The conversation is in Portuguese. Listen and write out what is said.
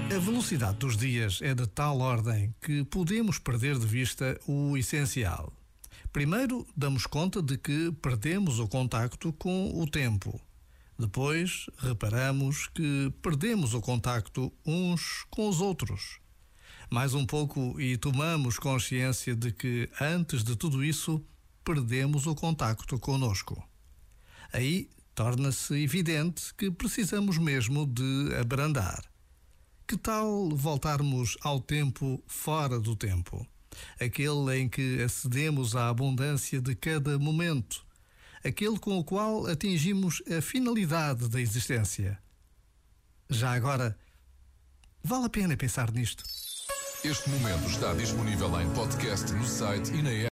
A velocidade dos dias é de tal ordem que podemos perder de vista o essencial. Primeiro, damos conta de que perdemos o contacto com o tempo. Depois, reparamos que perdemos o contacto uns com os outros. Mais um pouco e tomamos consciência de que, antes de tudo isso, perdemos o contacto conosco. Aí, torna-se evidente que precisamos mesmo de abrandar. Que tal voltarmos ao tempo fora do tempo? Aquele em que acedemos à abundância de cada momento. Aquele com o qual atingimos a finalidade da existência. Já agora, vale a pena pensar nisto. Este momento está disponível em podcast no site e na app.